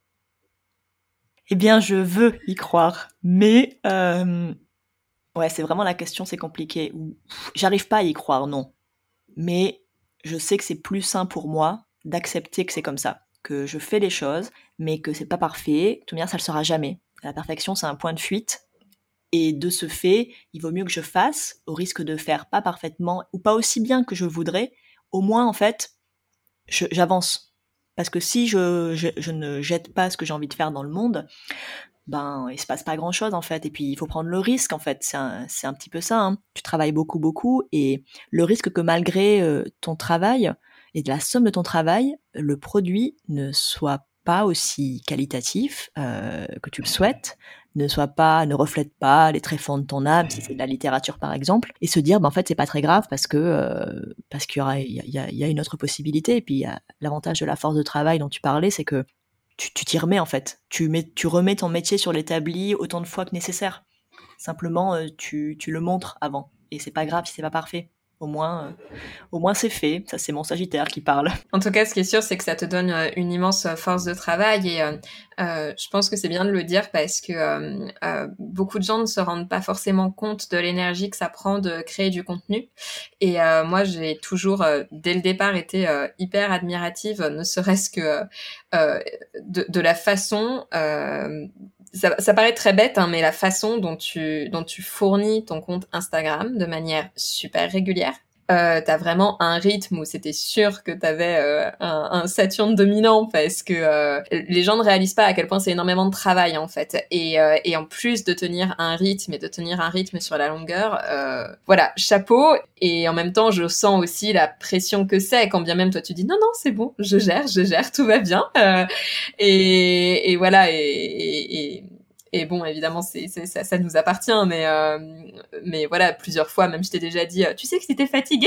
Eh bien, je veux y croire, mais euh, ouais, c'est vraiment la question, c'est compliqué. J'arrive pas à y croire, non. Mais je sais que c'est plus sain pour moi d'accepter que c'est comme ça, que je fais les choses, mais que c'est pas parfait. De toute manière, ça le sera jamais. La perfection, c'est un point de fuite. Et de ce fait, il vaut mieux que je fasse, au risque de faire pas parfaitement ou pas aussi bien que je voudrais. Au moins, en fait, je, j'avance. Parce que si je, je, je ne jette pas ce que j'ai envie de faire dans le monde, ben il se passe pas grand chose en fait. Et puis il faut prendre le risque en fait. C'est un, c'est un petit peu ça. Hein. Tu travailles beaucoup beaucoup et le risque que malgré euh, ton travail et de la somme de ton travail, le produit ne soit pas aussi qualitatif euh, que tu le souhaites, ne soit pas, ne reflète pas les tréfonds de ton âme, si c'est de la littérature par exemple, et se dire, ben en fait c'est pas très grave parce que euh, parce qu'il y aura, il y a, il y a une autre possibilité. Et puis il y a l'avantage de la force de travail dont tu parlais, c'est que tu, tu t'y remets en fait. Tu, mets, tu remets ton métier sur l'établi autant de fois que nécessaire. Simplement, euh, tu, tu le montres avant. Et c'est pas grave si c'est pas parfait. Au moins, euh, au moins c'est fait. Ça, c'est mon Sagittaire qui parle. En tout cas, ce qui est sûr, c'est que ça te donne une immense force de travail et euh, euh, je pense que c'est bien de le dire parce que euh, euh, beaucoup de gens ne se rendent pas forcément compte de l'énergie que ça prend de créer du contenu. Et euh, moi, j'ai toujours, euh, dès le départ, été euh, hyper admirative, ne serait-ce que euh, de, de la façon... Euh, Ça, ça paraît très bête, hein, mais la façon dont tu, dont tu fournis ton compte Instagram de manière super régulière, euh, t'as vraiment un rythme où c'était sûr que t'avais euh, un, un Saturne dominant parce que euh, les gens ne réalisent pas à quel point c'est énormément de travail en fait. Et, euh, et en plus de tenir un rythme et de tenir un rythme sur la longueur, euh, voilà, chapeau. Et en même temps, je sens aussi la pression que c'est, quand bien même toi tu dis non, non, c'est bon, je gère, je gère, tout va bien. Euh, et, et voilà, et, et, et Et bon, évidemment, c'est, c'est ça, ça nous appartient, mais euh, mais voilà, plusieurs fois, même je t'ai déjà dit, tu sais que si t'es fatigué,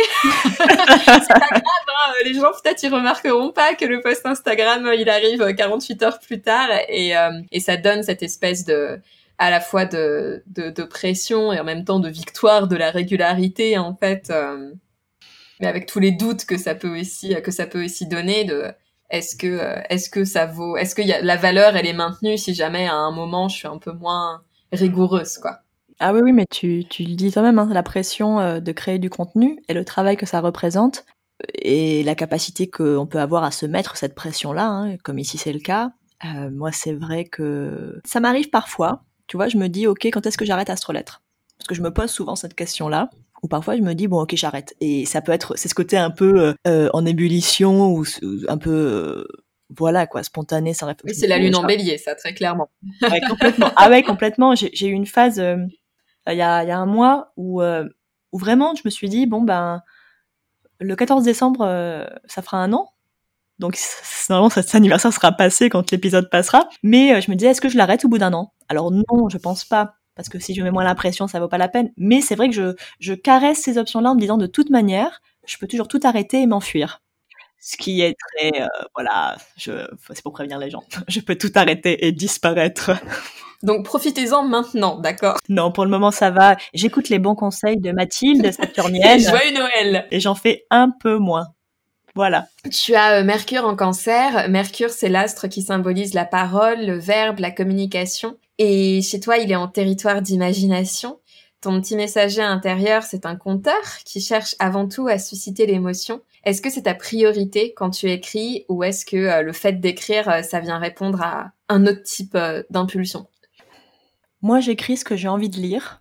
c'est pas grave. Hein, les gens peut-être ils remarqueront pas que le post Instagram il arrive quarante-huit heures plus tard, et euh, et ça donne cette espèce de à la fois de, de de pression et en même temps de victoire de la régularité en fait. Euh, Mais avec tous les doutes que ça peut aussi, que ça peut aussi donner de, est-ce que, euh, est-ce que ça vaut, est-ce que y a, la valeur, elle est maintenue si jamais à un moment je suis un peu moins rigoureuse, quoi. Ah oui, oui, mais tu, tu le dis toi-même, hein, la pression euh, de créer du contenu et le travail que ça représente et la capacité qu'on peut avoir à se mettre cette pression-là, hein, comme ici c'est le cas. Euh, moi, c'est vrai que ça m'arrive parfois. Tu vois, je me dis, ok, quand est-ce que j'arrête Astrolettre ? Parce que je me pose souvent cette question-là. Ou parfois, je me dis, bon, ok, j'arrête. Et ça peut être, c'est ce côté un peu euh, en ébullition ou un peu, euh, voilà, quoi, spontané, sans réflexion. Oui, c'est la lune en bélier, ça, très clairement. Ouais, complètement. Ah ouais, complètement. J'ai, j'ai eu une phase, euh, il y a, il y a un mois où, euh, où vraiment, je me suis dit, bon, ben, le quatorze décembre, euh, ça fera un an. Donc, normalement, cet anniversaire sera passé quand l'épisode passera. Mais euh, je me disais, est-ce que je l'arrête au bout d'un an ? Alors non, je pense pas. Parce que si je mets moins la pression, ça vaut pas la peine. Mais c'est vrai que je, je caresse ces options-là en me disant, de toute manière, je peux toujours tout arrêter et m'enfuir. Ce qui est très, euh, voilà, je, c'est pour prévenir les gens. Je peux tout arrêter et disparaître. Donc profitez-en maintenant, d'accord ? Non, pour le moment ça va. J'écoute les bons conseils de Mathilde, saturnienne. Joyeux Noël ! Et j'en fais un peu moins. Voilà. Tu as euh, Mercure en Cancer. Mercure, c'est l'astre qui symbolise la parole, le verbe, la communication. Et chez toi, il est en territoire d'imagination. Ton petit messager intérieur, c'est un conteur qui cherche avant tout à susciter l'émotion. Est-ce que c'est ta priorité quand tu écris ou est-ce que euh, le fait d'écrire, euh, ça vient répondre à un autre type euh, d'impulsion ? Moi, j'écris ce que j'ai envie de lire.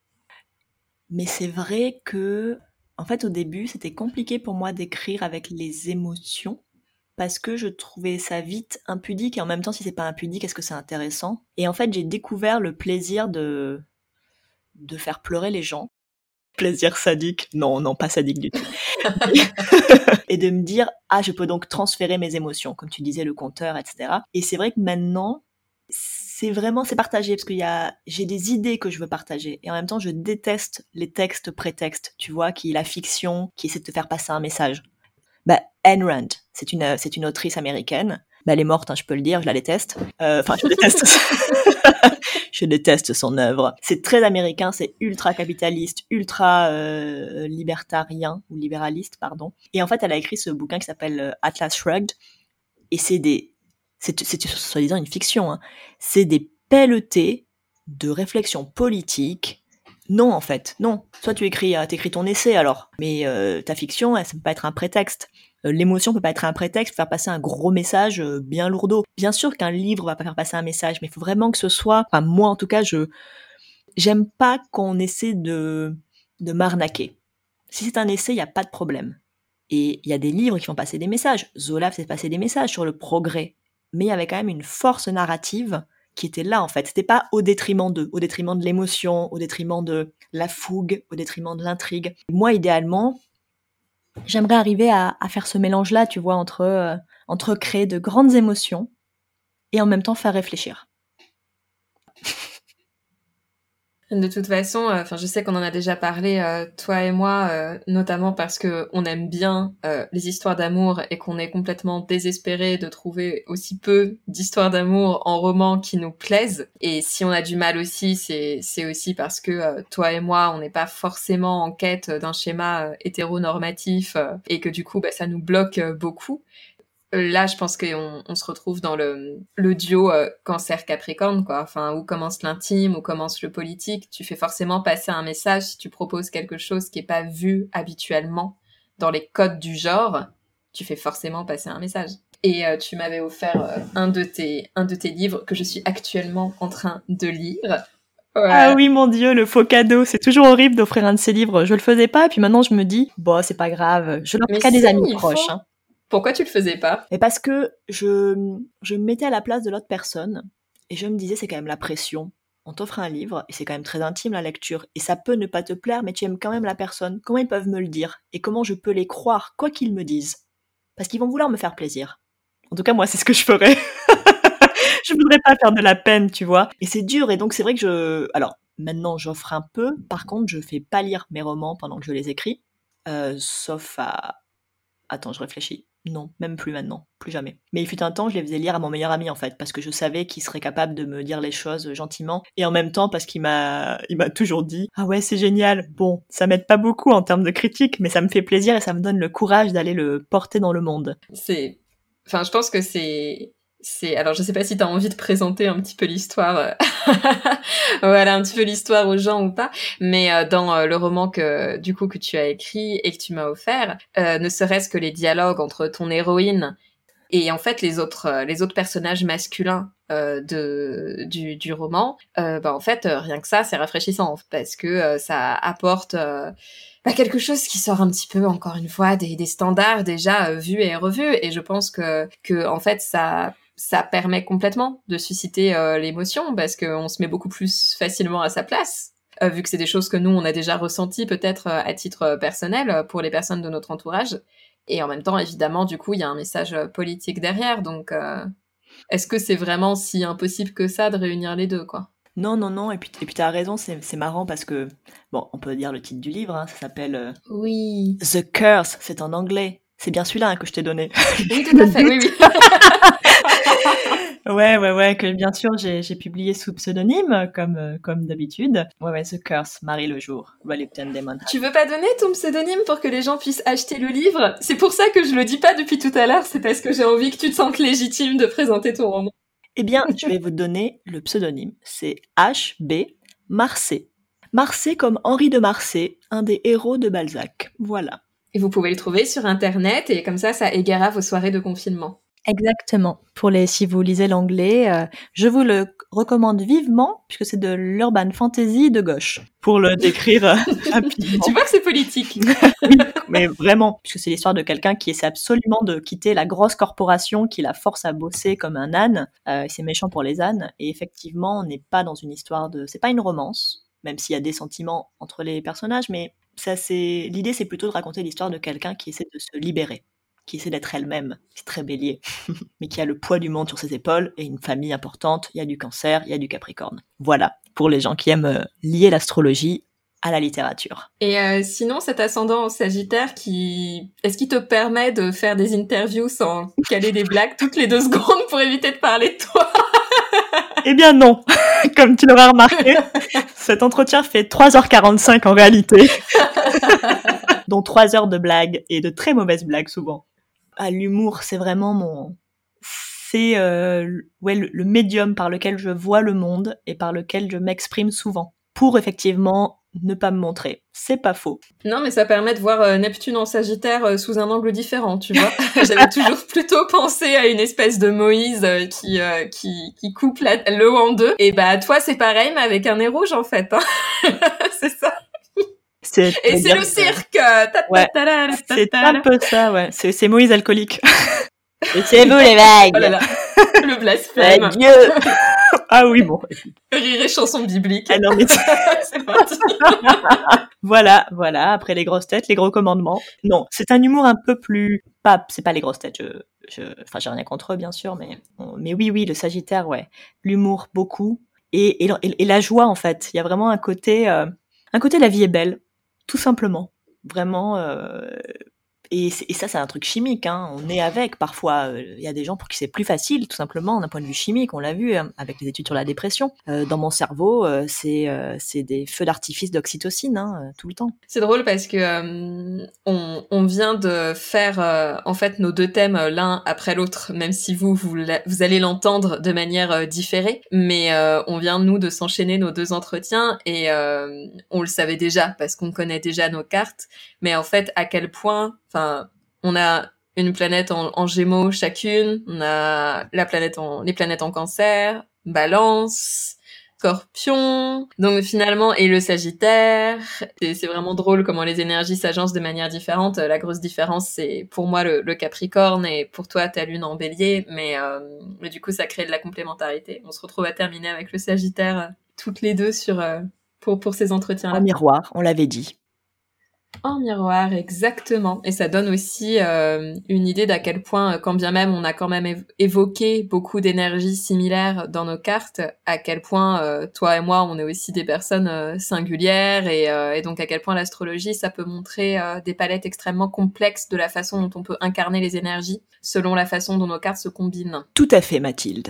Mais c'est vrai que, en fait, au début, c'était compliqué pour moi d'écrire avec les émotions parce que je trouvais ça vite impudique et en même temps, si c'est pas impudique, est-ce que c'est intéressant ? Et en fait, j'ai découvert le plaisir de de faire pleurer les gens. Plaisir sadique ? Non, non, pas sadique du tout. Et de me dire, ah, je peux donc transférer mes émotions, comme tu disais, le compteur, et cetera. Et c'est vrai que maintenant, c'est vraiment, c'est partagé, parce qu'il y a, j'ai des idées que je veux partager. Et en même temps, je déteste les textes prétextes, tu vois, qui, la fiction, qui essaie de te faire passer un message. Bah, Ayn Rand, c'est une, c'est une autrice américaine. Bah, elle est morte, hein, je peux le dire, je la déteste. Euh, Enfin, je déteste. Je déteste son œuvre. C'est très américain, c'est ultra capitaliste, ultra euh, libertarien, ou libéraliste, pardon. Et en fait, elle a écrit ce bouquin qui s'appelle euh, Atlas Shrugged. Et c'est des... C'est, c'est soi-disant une fiction, hein. C'est des pelletés de réflexion politique. Non, en fait, non. Soit tu écris, euh, t'écris ton essai, alors. Mais euh, ta fiction, elle, ça peut pas être un prétexte. Euh, l'émotion peut pas être un prétexte pour faire passer un gros message euh, bien lourdeau. Bien sûr qu'un livre va pas faire passer un message, mais il faut vraiment que ce soit... Enfin, moi, en tout cas, je j'aime pas qu'on essaie de, de m'arnaquer. Si c'est un essai, il n'y a pas de problème. Et il y a des livres qui font passer des messages. Zola fait passer des messages sur le progrès. Mais il y avait quand même une force narrative qui était là, en fait. C'était pas au détriment d'eux, au détriment de l'émotion, au détriment de la fougue, au détriment de l'intrigue. Moi, idéalement, j'aimerais arriver à, à faire ce mélange-là, tu vois, entre, euh, entre créer de grandes émotions et en même temps faire réfléchir. De toute façon, enfin, euh, je sais qu'on en a déjà parlé, euh, toi et moi, euh, notamment parce que on aime bien euh, les histoires d'amour et qu'on est complètement désespéré de trouver aussi peu d'histoires d'amour en roman qui nous plaisent. Et si on a du mal aussi, c'est c'est aussi parce que euh, toi et moi, on n'est pas forcément en quête d'un schéma euh, hétéronormatif euh, et que du coup, bah, ça nous bloque euh, beaucoup. Là, je pense qu'on on se retrouve dans le, le duo euh, cancer-capricorne, quoi. Enfin, où commence l'intime, où commence le politique. Tu fais forcément passer un message si tu proposes quelque chose qui est pas vu habituellement dans les codes du genre. Tu fais forcément passer un message. Et euh, tu m'avais offert euh, un de tes un de tes livres que je suis actuellement en train de lire. Ouais. Ah oui, mon Dieu, le faux cadeau. C'est toujours horrible d'offrir un de ces livres. Je le faisais pas, et puis maintenant je me dis, bon, c'est pas grave. Je l'offre qu'à des amis proches. Hein. Pourquoi tu le faisais pas ? Et parce que je, je me mettais à la place de l'autre personne et je me disais, c'est quand même la pression. On t'offre un livre et c'est quand même très intime la lecture. Et ça peut ne pas te plaire, mais tu aimes quand même la personne. Comment ils peuvent me le dire ? Et comment je peux les croire, quoi qu'ils me disent ? Parce qu'ils vont vouloir me faire plaisir. En tout cas, moi, c'est ce que je ferais. Je voudrais pas faire de la peine, tu vois. Et c'est dur. Et donc, c'est vrai que je... Alors, maintenant, j'offre un peu. Par contre, je fais pas lire mes romans pendant que je les écris. Euh, sauf à... Attends, je réfléchis. Non, même plus maintenant, plus jamais. Mais il fut un temps, je les faisais lire à mon meilleur ami en fait, parce que je savais qu'il serait capable de me dire les choses gentiment, et en même temps parce qu'il m'a, il m'a toujours dit « Ah ouais, c'est génial, bon, ça m'aide pas beaucoup en termes de critique, mais ça me fait plaisir et ça me donne le courage d'aller le porter dans le monde. » C'est... Enfin, je pense que c'est... c'est... Alors, je sais pas si t'as envie de présenter un petit peu l'histoire, voilà, un petit peu l'histoire aux gens ou pas, mais euh, dans euh, le roman que, du coup, que tu as écrit et que tu m'as offert, euh, ne serait-ce que les dialogues entre ton héroïne et en fait les autres euh, les autres personnages masculins euh, de du du roman, euh, bah en fait euh, rien que ça c'est rafraîchissant parce que euh, ça apporte euh, bah, quelque chose qui sort un petit peu encore une fois des des standards déjà euh, vus et revus, et je pense que que en fait ça ça permet complètement de susciter euh, l'émotion parce qu'on se met beaucoup plus facilement à sa place. Euh, vu que c'est des choses que nous on a déjà ressenties peut-être euh, à titre personnel euh, pour les personnes de notre entourage. Et en même temps, évidemment, du coup, il y a un message politique derrière. Donc, euh, est-ce que c'est vraiment si impossible que ça de réunir les deux, quoi? Non, non, non, et puis, et puis t'as raison, c'est, c'est marrant parce que, bon, on peut dire le titre du livre, hein, ça s'appelle euh, Oui. The Curse, c'est en anglais. C'est bien celui-là hein, que je t'ai donné. Oui, tout à fait, oui, oui. Ouais, ouais, ouais, que bien sûr j'ai, j'ai publié sous pseudonyme, comme, euh, comme d'habitude. Ouais, ouais, The Curse, Marie le jour, Wellington Demon. Tu veux pas donner ton pseudonyme pour que les gens puissent acheter le livre? C'est pour ça que je le dis pas depuis tout à l'heure, c'est parce que j'ai envie que tu te sentes légitime de présenter ton roman. Eh bien, je vais vous donner le pseudonyme. C'est H B Marsay. Marsay comme Henri de Marsay, un des héros de Balzac. Voilà. Et vous pouvez le trouver sur Internet, et comme ça, ça égara vos soirées de confinement. Exactement. Pour les, si vous lisez l'anglais, euh, je vous le recommande vivement, puisque c'est de l'urban fantasy de gauche, pour le décrire euh, rapidement. Tu vois que c'est politique. Oui, mais vraiment, puisque c'est l'histoire de quelqu'un qui essaie absolument de quitter la grosse corporation qui la force à bosser comme un âne. Euh, c'est méchant pour les ânes, et effectivement, on n'est pas dans une histoire de... C'est pas une romance, même s'il y a des sentiments entre les personnages, mais ça, c'est... l'idée, c'est plutôt de raconter l'histoire de quelqu'un qui essaie de se libérer, qui essaie d'être elle-même, c'est très bélier, mais qui a le poids du monde sur ses épaules et une famille importante, il y a du cancer, il y a du capricorne. Voilà, pour les gens qui aiment euh, lier l'astrologie à la littérature. Et euh, sinon, cet ascendant en Sagittaire, qui est-ce qu'il te permet de faire des interviews sans caler des blagues toutes les deux secondes pour éviter de parler de toi? Eh bien non, comme tu l'auras remarqué, cet entretien fait trois heures quarante-cinq en réalité, dont trois heures de blagues et de très mauvaises blagues souvent. Ah, l'humour, c'est vraiment mon... C'est euh, ouais, le, le médium par lequel je vois le monde et par lequel je m'exprime souvent, pour effectivement ne pas me montrer. C'est pas faux. Non, mais ça permet de voir euh, Neptune en Sagittaire euh, sous un angle différent, tu vois. J'avais toujours plutôt pensé à une espèce de Moïse euh, qui, euh, qui qui coupe la, l'eau en deux. Et bah toi, c'est pareil, mais avec un nez rouge en fait. Hein. C'est ça. C'est, et c'est le cirque. Ouais, c'est un peu ça, ouais. C'est, c'est Moïse alcoolique. Et c'est vous les vagues. Oh là là, le blasphème. Adieu. Ah oui, bon. Rire et chanson biblique. Ah non, mais... c'est parti. Voilà, voilà. Après les grosses têtes, les gros commandements. Non, c'est un humour un peu plus... Pas, c'est pas les grosses têtes. Je, je... Enfin, j'ai rien contre eux, bien sûr, mais, mais oui, oui, le Sagittaire, ouais. L'humour, beaucoup. Et, et, et la joie, en fait. Il y a vraiment un côté... Euh... Un côté, la vie est belle. Tout simplement. Vraiment... Euh... Et, et ça, c'est un truc chimique, hein. On est avec, parfois. Il y a des gens pour qui c'est plus facile, tout simplement, d'un point de vue chimique. On l'a vu hein, avec les études sur la dépression. Euh, dans mon cerveau, euh, c'est, euh, c'est des feux d'artifice d'oxytocine, hein, tout le temps. C'est drôle parce que euh, on, on vient de faire, euh, en fait, nos deux thèmes l'un après l'autre, même si vous, vous, vous allez l'entendre de manière euh, différée. Mais euh, on vient, nous, de s'enchaîner nos deux entretiens et euh, on le savait déjà parce qu'on connaît déjà nos cartes. Mais en fait, à quel point... Enfin, on a une planète en, en Gémeaux chacune, on a la planète en, les planètes en Cancer, Balance, Scorpion, donc finalement et le Sagittaire. C'est, c'est vraiment drôle comment les énergies s'agencent de manière différente. La grosse différence, c'est pour moi le, le Capricorne et pour toi ta Lune en Bélier, mais, euh, mais du coup ça crée de la complémentarité. On se retrouve à terminer avec le Sagittaire toutes les deux sur euh, pour pour ces entretiens-là. En miroir, on l'avait dit. En miroir, exactement. Et ça donne aussi euh, une idée d'à quel point, quand bien même on a quand même év- évoqué beaucoup d'énergies similaires dans nos cartes, à quel point euh, toi et moi, on est aussi des personnes euh, singulières et, euh, et donc à quel point l'astrologie, ça peut montrer euh, des palettes extrêmement complexes de la façon dont on peut incarner les énergies selon la façon dont nos cartes se combinent. Tout à fait, Mathilde.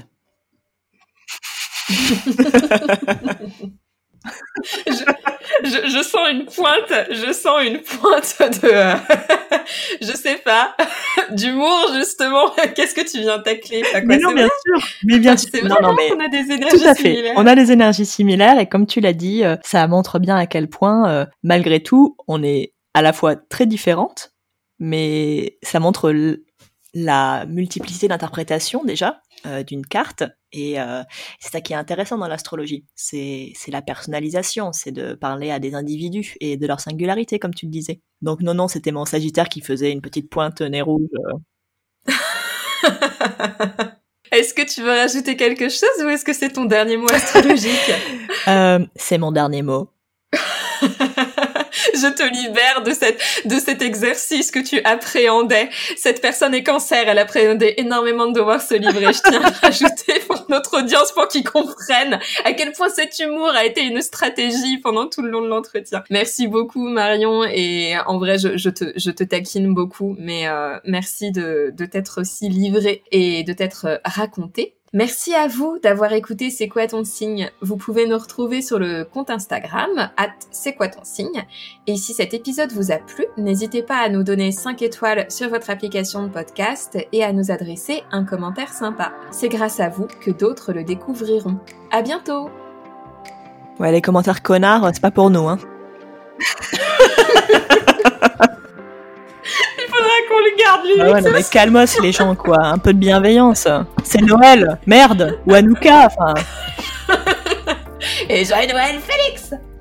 je, je, je sens une pointe, je sens une pointe de, euh, je sais pas, d'humour justement. Qu'est-ce que tu viens tacler? Quoi, mais non, bien vrai sûr, mais bien sûr. C'est non, vraiment non, mais qu'on a des énergies tout à fait. similaires. On a des énergies similaires et comme tu l'as dit, euh, ça montre bien à quel point, euh, malgré tout, on est à la fois très différentes, mais ça montre l- la multiplicité d'interprétations déjà euh, d'une carte. Et euh, c'est ça qui est intéressant dans l'astrologie. C'est, c'est la personnalisation, c'est de parler à des individus et de leur singularité, comme tu le disais. Donc non, non, c'était mon Sagittaire qui faisait une petite pointe nez rouge. Euh. Est-ce que tu veux rajouter quelque chose ou est-ce que c'est ton dernier mot astrologique? euh, C'est mon dernier mot. Je te libère de cette de cet exercice que tu appréhendais. Cette personne est cancer, elle appréhendait énormément de devoir se livrer. Je tiens à rajouter pour notre audience pour qu'ils comprennent à quel point cet humour a été une stratégie pendant tout le long de l'entretien. Merci beaucoup Marion et en vrai je, je te je te taquine beaucoup, mais euh, merci de de t'être aussi livrée et de t'être racontée. Merci à vous d'avoir écouté C'est quoi ton signe? Vous pouvez nous retrouver sur le compte Instagram arobase c'est quoi ton signe. Et si cet épisode vous a plu, n'hésitez pas à nous donner cinq étoiles sur votre application de podcast et à nous adresser un commentaire sympa. C'est grâce à vous que d'autres le découvriront. À bientôt! Ouais, les commentaires connards, c'est pas pour nous, hein. Qu'on le garde lui. Ah ouais, non, mais calmos les gens, quoi. Un peu de bienveillance. C'est Noël, merde. Ou Hanouka, enfin. Et joyeux Noël, Félix!